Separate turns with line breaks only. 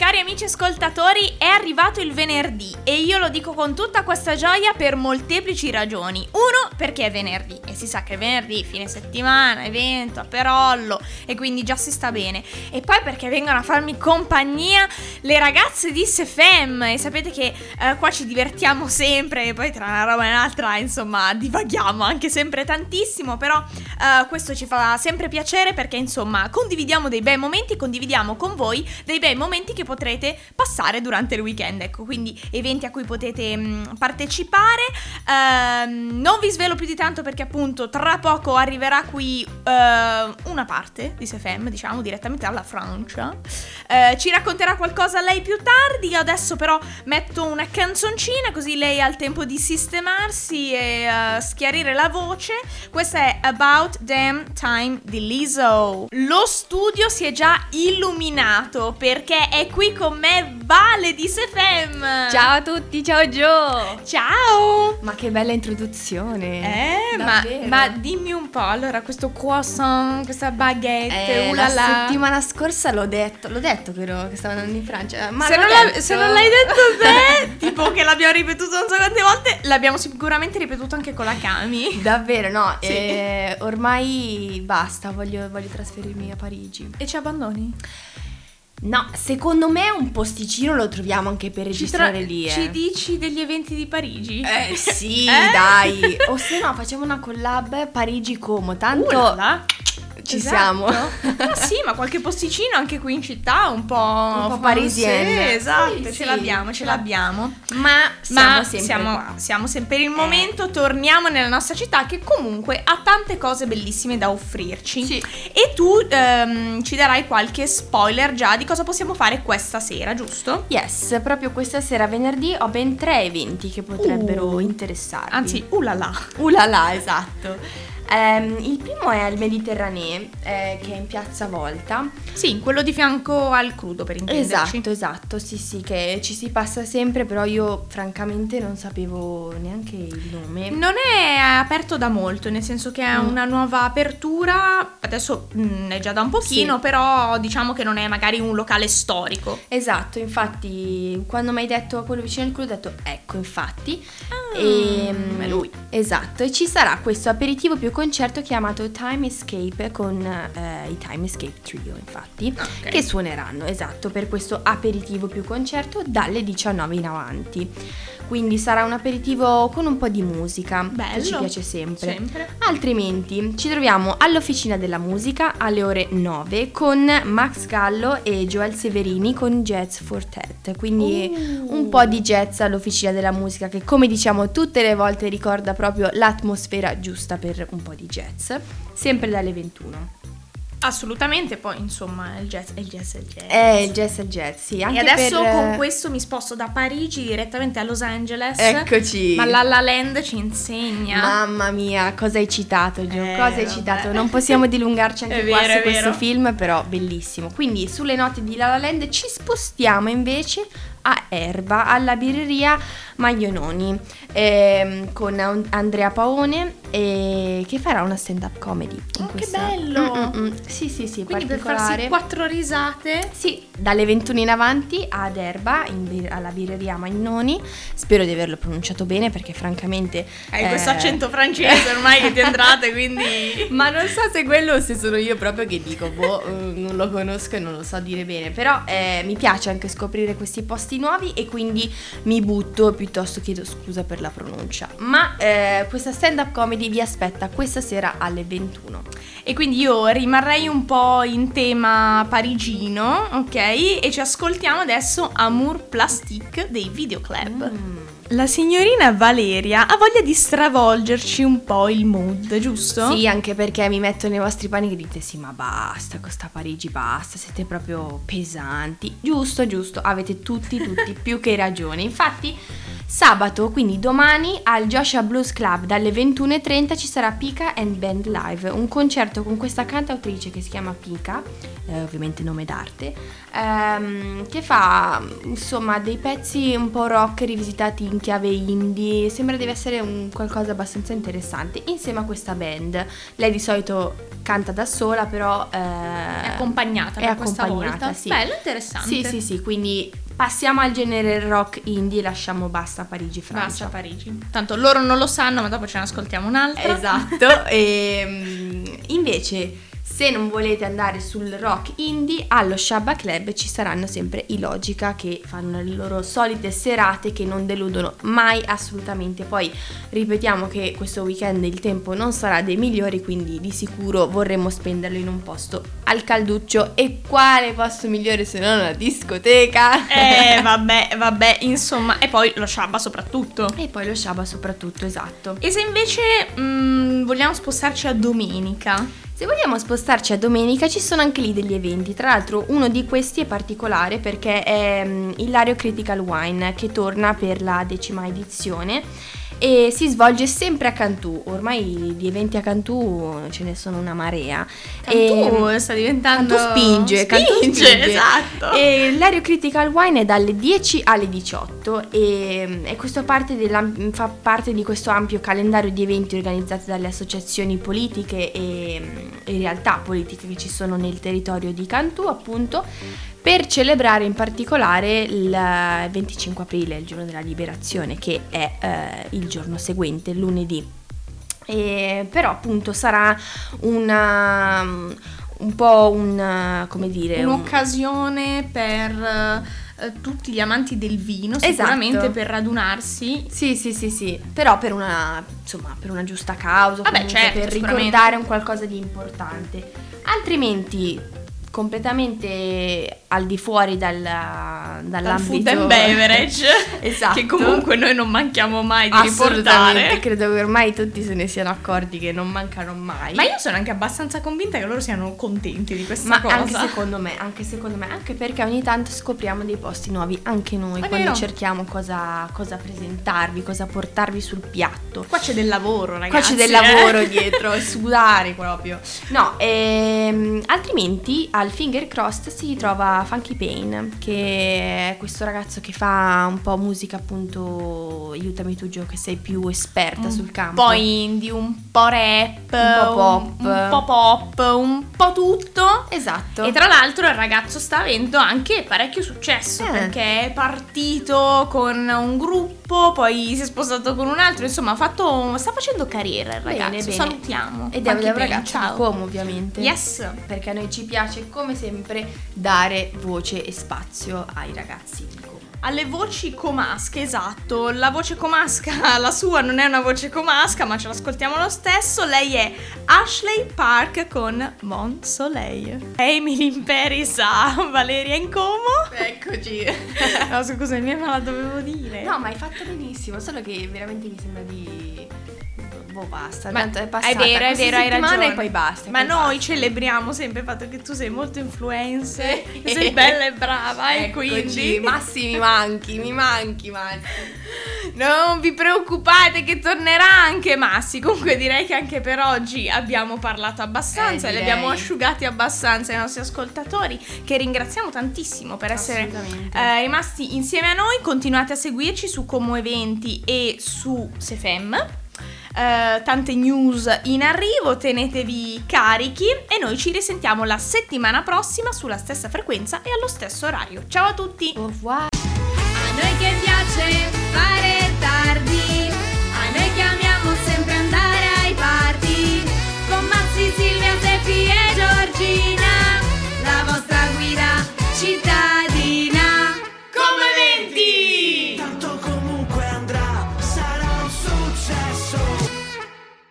cari amici ascoltatori, è arrivato il venerdì e io lo dico con tutta questa gioia per molteplici ragioni. Uno, perché è venerdì e si sa che è venerdì, fine settimana, evento, aperollo e quindi già si sta bene. E poi perché vengono a farmi compagnia le ragazze di SFM e sapete che qua ci divertiamo sempre e poi tra una roba e un'altra insomma divaghiamo anche sempre tantissimo, però questo ci fa sempre piacere perché insomma condividiamo dei bei momenti, condividiamo con voi dei bei momenti che potrete passare durante il weekend, ecco, quindi eventi a cui potete partecipare. Non vi svelo più di tanto perché appunto tra poco arriverà qui una parte di SFM, diciamo direttamente dalla Francia, ci racconterà qualcosa lei più tardi. Io adesso però metto una canzoncina così lei ha il tempo di sistemarsi e schiarire la voce. Questa è About Damn Time di Lizzo. Lo studio si è già illuminato perché è qui con me Vale di SFM.
Ciao a tutti, ciao Gio.
Ciao.
Ma che bella introduzione.
Ma dimmi un po', allora questo croissant, questa baguette,
La settimana scorsa l'ho detto che stavo andando in Francia. Ma
se non l'hai detto te, tipo che l'abbiamo ripetuto non so quante volte, l'abbiamo sicuramente ripetuto anche con la Cami.
Davvero, no,
Sì.
Ormai basta, voglio trasferirmi a Parigi.
E ci abbandoni?
No, secondo me un posticino lo troviamo anche per registrare lì.
Ci dici degli eventi di Parigi?
Sì, dai. O se no facciamo una collab Parigi-Como, tanto ci siamo.
Ah sì, ma qualche posticino anche qui in città, un po'
parisienne.
Sì, esatto,
Sì,
ce l'abbiamo.
Ma
siamo sempre, per il momento torniamo nella nostra città che comunque ha tante cose bellissime da offrirci.
Sì.
E tu ci darai qualche spoiler già di cosa possiamo fare questa sera, giusto?
Yes, proprio questa sera venerdì ho ben 3 eventi che potrebbero interessarvi.
Anzi, ulala.
Ulala, esatto. Il primo è al Mediterranee, che è in Piazza Volta.
Sì, quello di fianco al Crudo, per intenderci.
Esatto, sì, che ci si passa sempre, però io francamente non sapevo neanche il nome.
Non è aperto da molto, nel senso che è una nuova apertura, adesso è già da un pochino,
Sì.
però diciamo che non è magari un locale storico.
Esatto, infatti quando mi hai detto quello vicino al Crudo ho detto ecco, infatti.
È lui.
Esatto, e ci sarà questo aperitivo più concerto chiamato Time Escape con i Time Escape Trio, infatti,
Ok.
che suoneranno, esatto, per questo aperitivo più concerto dalle 19 in avanti. Quindi sarà un aperitivo con un po' di musica,
Bello.
che ci piace sempre.
Sempre.
Altrimenti ci troviamo all'Officina della Musica alle ore 9 con Max Gallo e Joel Severini con Jazz Fortet. Quindi un po' di jazz all'Officina della Musica che, come diciamo tutte le volte, ricorda proprio l'atmosfera giusta per un po' di jazz, sempre dalle 21.
Assolutamente, poi insomma il jazz.
Il jazz, sì. Anche
E adesso
per...
con questo mi sposto da Parigi direttamente a Los Angeles.
Eccoci.
Ma La La Land ci insegna.
Mamma mia, cosa hai citato, Gio? Cosa hai
vabbè.
citato? Non possiamo dilungarci anche
È
qua
vero,
su
è
questo
vero.
film, però bellissimo. Quindi sulle note di La La Land ci spostiamo invece a Erba, alla birreria Magliononi, con Andrea Paone, che farà una stand-up comedy.
Che bello!
Sì,
Quindi per
particolare.
farsi 4 risate.
Sì, dalle 21 in avanti ad Erba, alla birreria Magnoni. Spero di averlo pronunciato bene perché francamente...
Hai questo accento francese ormai che ti è entrate, quindi...
Ma non so se quello o se sono io proprio che dico, non lo conosco e non lo so dire bene. Però mi piace anche scoprire questi posti nuovi e quindi mi butto, piuttosto chiedo scusa per la pronuncia. Ma questa stand-up comedy vi aspetta questa sera alle 21.
E quindi io rimarrei un po' in tema parigino, ok? E ci ascoltiamo adesso Amour Plastique dei Videoclub. La signorina Valeria ha voglia di stravolgerci un po' il mood, giusto?
Sì, anche perché mi metto nei vostri panni che dite sì, ma basta, costa Parigi, basta, siete proprio pesanti. Giusto, avete tutti più che ragione. Infatti sabato, quindi domani, al Joshua Blues Club dalle 21:30 ci sarà Pika and Band Live, un concerto con questa cantautrice che si chiama Pika, ovviamente nome d'arte, che fa insomma dei pezzi un po' rock rivisitati in chiave indie, sembra deve essere un qualcosa abbastanza interessante insieme a questa band. Lei di solito canta da sola, però
è accompagnata per questa volta.
Sì.
Bello, interessante.
Sì, quindi passiamo al genere rock indie e lasciamo Basta Parigi Francia.
Basta Parigi. Tanto loro non lo sanno, ma dopo ce ne ascoltiamo un'altra.
Esatto. Invece, se non volete andare sul rock indie, allo Shabba Club ci saranno sempre i Logica, che fanno le loro solite serate che non deludono mai assolutamente. Poi ripetiamo che questo weekend il tempo non sarà dei migliori, quindi di sicuro vorremmo spenderlo in un posto al calduccio. E quale posto migliore se non una discoteca?
Vabbè, insomma. E poi lo Shabba soprattutto.
Esatto.
E se invece vogliamo spostarci a domenica?
Se vogliamo spostarci a domenica ci sono anche lì degli eventi, tra l'altro uno di questi è particolare perché è Ilario Critical Wine, che torna per la 10ª edizione e si svolge sempre a Cantù. Ormai di eventi a Cantù ce ne sono una marea.
Cantù sta diventando...
Cantù spinge,
esatto.
E l'Ario Critical Wine è dalle 10 alle 18 e questo fa parte di questo ampio calendario di eventi organizzati dalle associazioni politiche e realtà politiche che ci sono nel territorio di Cantù, appunto, per celebrare in particolare il 25 aprile, il giorno della liberazione, che è il giorno seguente, il lunedì. Però appunto sarà
un'occasione per tutti gli amanti del vino, sicuramente,
esatto,
per radunarsi.
Sì, però per una giusta causa,
certo,
per ricordare un qualcosa di importante. Altrimenti completamente al di fuori dal food
and beverage,
esatto,
che comunque noi non manchiamo mai di
assolutamente
riportare.
Credo che ormai tutti se ne siano accorti che non mancano mai.
Ma io sono anche abbastanza convinta che loro siano contenti di questa cosa.
Anche secondo me, anche perché ogni tanto scopriamo dei posti nuovi anche noi, quando cerchiamo cosa presentarvi, cosa portarvi sul piatto.
Qua c'è del lavoro, ragazzi.
Qua c'è del lavoro dietro, sudare proprio. No, altrimenti al Finger Crossed si trova Funky Pain, che è questo ragazzo che fa un po' musica, appunto, aiutami tu Gio che sei più esperta sul campo.
Un po' indie, un po' rap,
un po' pop,
un po' tutto.
Esatto.
E tra l'altro il ragazzo sta avendo anche parecchio successo, perché è partito con un gruppo, poi si è sposato con un altro, insomma sta facendo carriera il ragazzo.
Bene.
Salutiamo.
Ed è un ragazzo di Como, ovviamente.
Yes.
Perché a noi ci piace come sempre dare voce e spazio ai ragazzi di Como.
Alle voci comasche, esatto. La voce comasca, la sua non è una voce comasca, ma ce l'ascoltiamo lo stesso. Lei è Ashley Park con Mon Soleil. Emily in Paris a Valeria in Como.
Eccoci.
No, scusa, ma la dovevo dire.
No, ma hai fatto benissimo, solo che veramente mi sembra di... basta,
ma
tanto è passata.
È vero, hai ragione.
E poi basta.
Ma noi celebriamo sempre il fatto che tu sei molto influencer, sei bella e brava, e quindi
Massi mi manchi Massi.
Non vi preoccupate che tornerà anche Massi. Comunque direi che anche per oggi abbiamo parlato abbastanza, li abbiamo asciugati abbastanza i nostri ascoltatori, che ringraziamo tantissimo per essere rimasti insieme a noi. Continuate a seguirci su Como Eventi e su Sefem. Tante news in arrivo, tenetevi carichi e noi ci risentiamo la settimana prossima sulla stessa frequenza e allo stesso orario. Ciao a tutti!
Au revoir!
A noi che piace fare